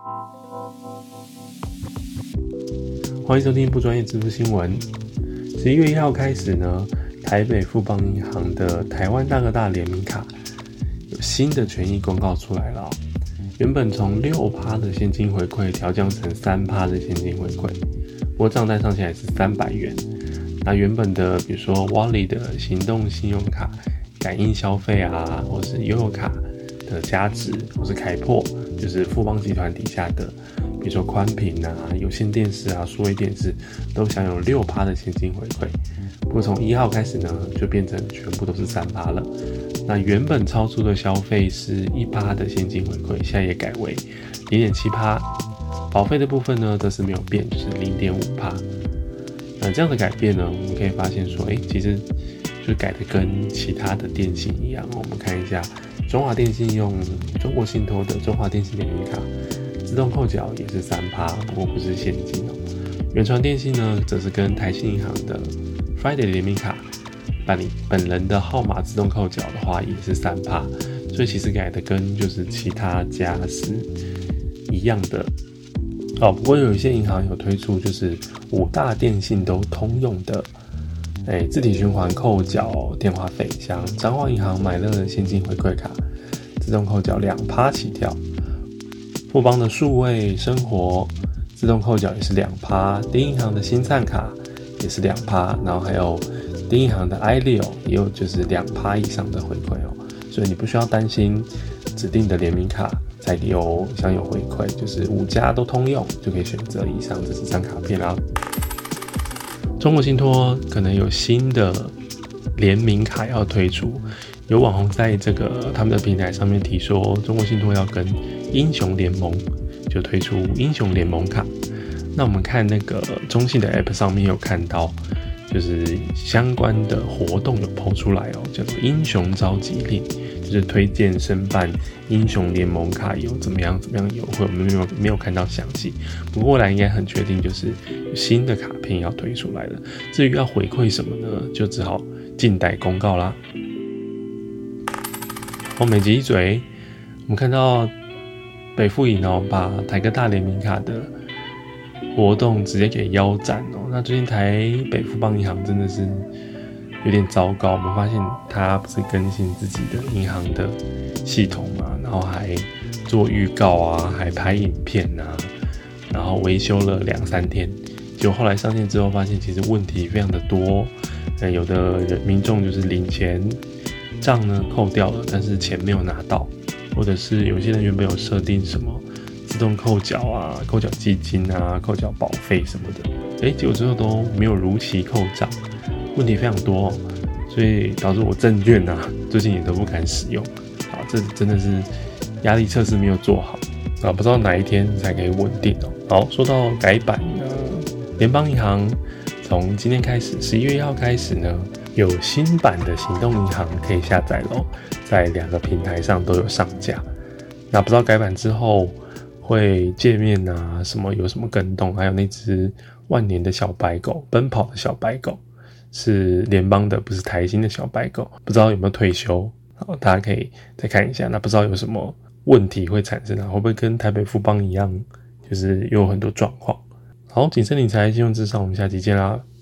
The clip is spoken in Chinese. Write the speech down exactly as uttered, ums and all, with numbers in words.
欢迎收听不专业支付新闻。十一月一号开始呢，台北富邦银行的台湾大哥大联名卡有新的权益公告出来了、哦。原本从 百分之六 的现金回馈调降成 百分之三 的现金回馈，不过账单上起来是三百元。那原本的比如说 Wally 的行动信用卡感应消费啊，或是悠游卡的加值，或是凯擘，就是富邦集团底下的比如说宽屏啊、有线电视啊、数位电视，都享有 百分之六 的现金回馈。不过从一号开始呢，就变成全部都是 百分之三 了。那原本超出的消费是 百分之一 的现金回馈，现在也改为 零点七。保费的部分呢，则是没有变，就是 零点五。那这样的改变呢，我们可以发现说，哎，其实就改的跟其他的电信一样。我们看一下，中华电信用中国信托的中华电信联名卡，自动扣缴也是 百分之三， 不过不是现金哦。远传电信呢，则是跟台信银行的 Friday 联名卡办理本人的号码自动扣缴的话，也是 百分之三， 所以其实改的跟就是其他家是一样的哦。不过有一些银行有推出就是五大电信都通用的哎，自体循环扣缴电话费，像彰化银行买乐的现金回馈卡，自动扣缴 百分之二 起跳。富邦的数位生活自动扣缴也是 百分之二， 丁银行的新灿卡也是 百分之二， 然后还有丁银行的 i 六 也有就是 百分之二 以上的回馈哦，所以你不需要担心指定的联名卡才有享有回馈，就是五家都通用就可以选择以上这十张卡片啦。中国信托可能有新的联名卡要推出，有网红在这个他们的平台上面提说，中国信托要跟英雄联盟就推出英雄联盟卡。那我们看那个中信的 App 上面有看到，就是相关的活动有 po 出来哦，叫做英雄召集令，就是推荐申办英雄联盟卡有怎么样怎么样优惠，我们没有没有看到详细。不过未来应该很确定，就是有新的卡片要推出来了。至于要回馈什么呢，就只好静待公告啦。哦，美极一嘴，我们看到北富银哦，把台哥大联名卡的活动直接给腰斩哦。那最近台北富邦银行真的是有点糟糕，我们发现它不是更新自己的银行的系统嘛，然后还做预告啊，还拍影片啊，然后维修了两三天，结果后来上线之后发现其实问题非常的多，呃，有的人民众就是领钱账呢扣掉了，但是钱没有拿到，或者是有些人原本有设定什么自动扣缴啊、扣缴基金啊、扣缴保费什么的，哎，结果之后都没有如期扣账，问题非常多、哦，所以导致我证券啊最近也都不敢使用啊，这真的是压力测试没有做好啊，不知道哪一天才可以稳定哦。好，说到改版呢，联邦银行从今天开始，十一月一号开始呢，有新版的行动银行可以下载咯，在两个平台上都有上架。那不知道改版之后会界面啊什么有什么更动，还有那只万年的小白狗，奔跑的小白狗是联邦的，不是台新的小白狗，不知道有没有退休，好，大家可以再看一下。那不知道有什么问题会产生啊？会不会跟台北富邦一样，就是有很多状况？好，谨慎理财，信用至上，我们下期见啦。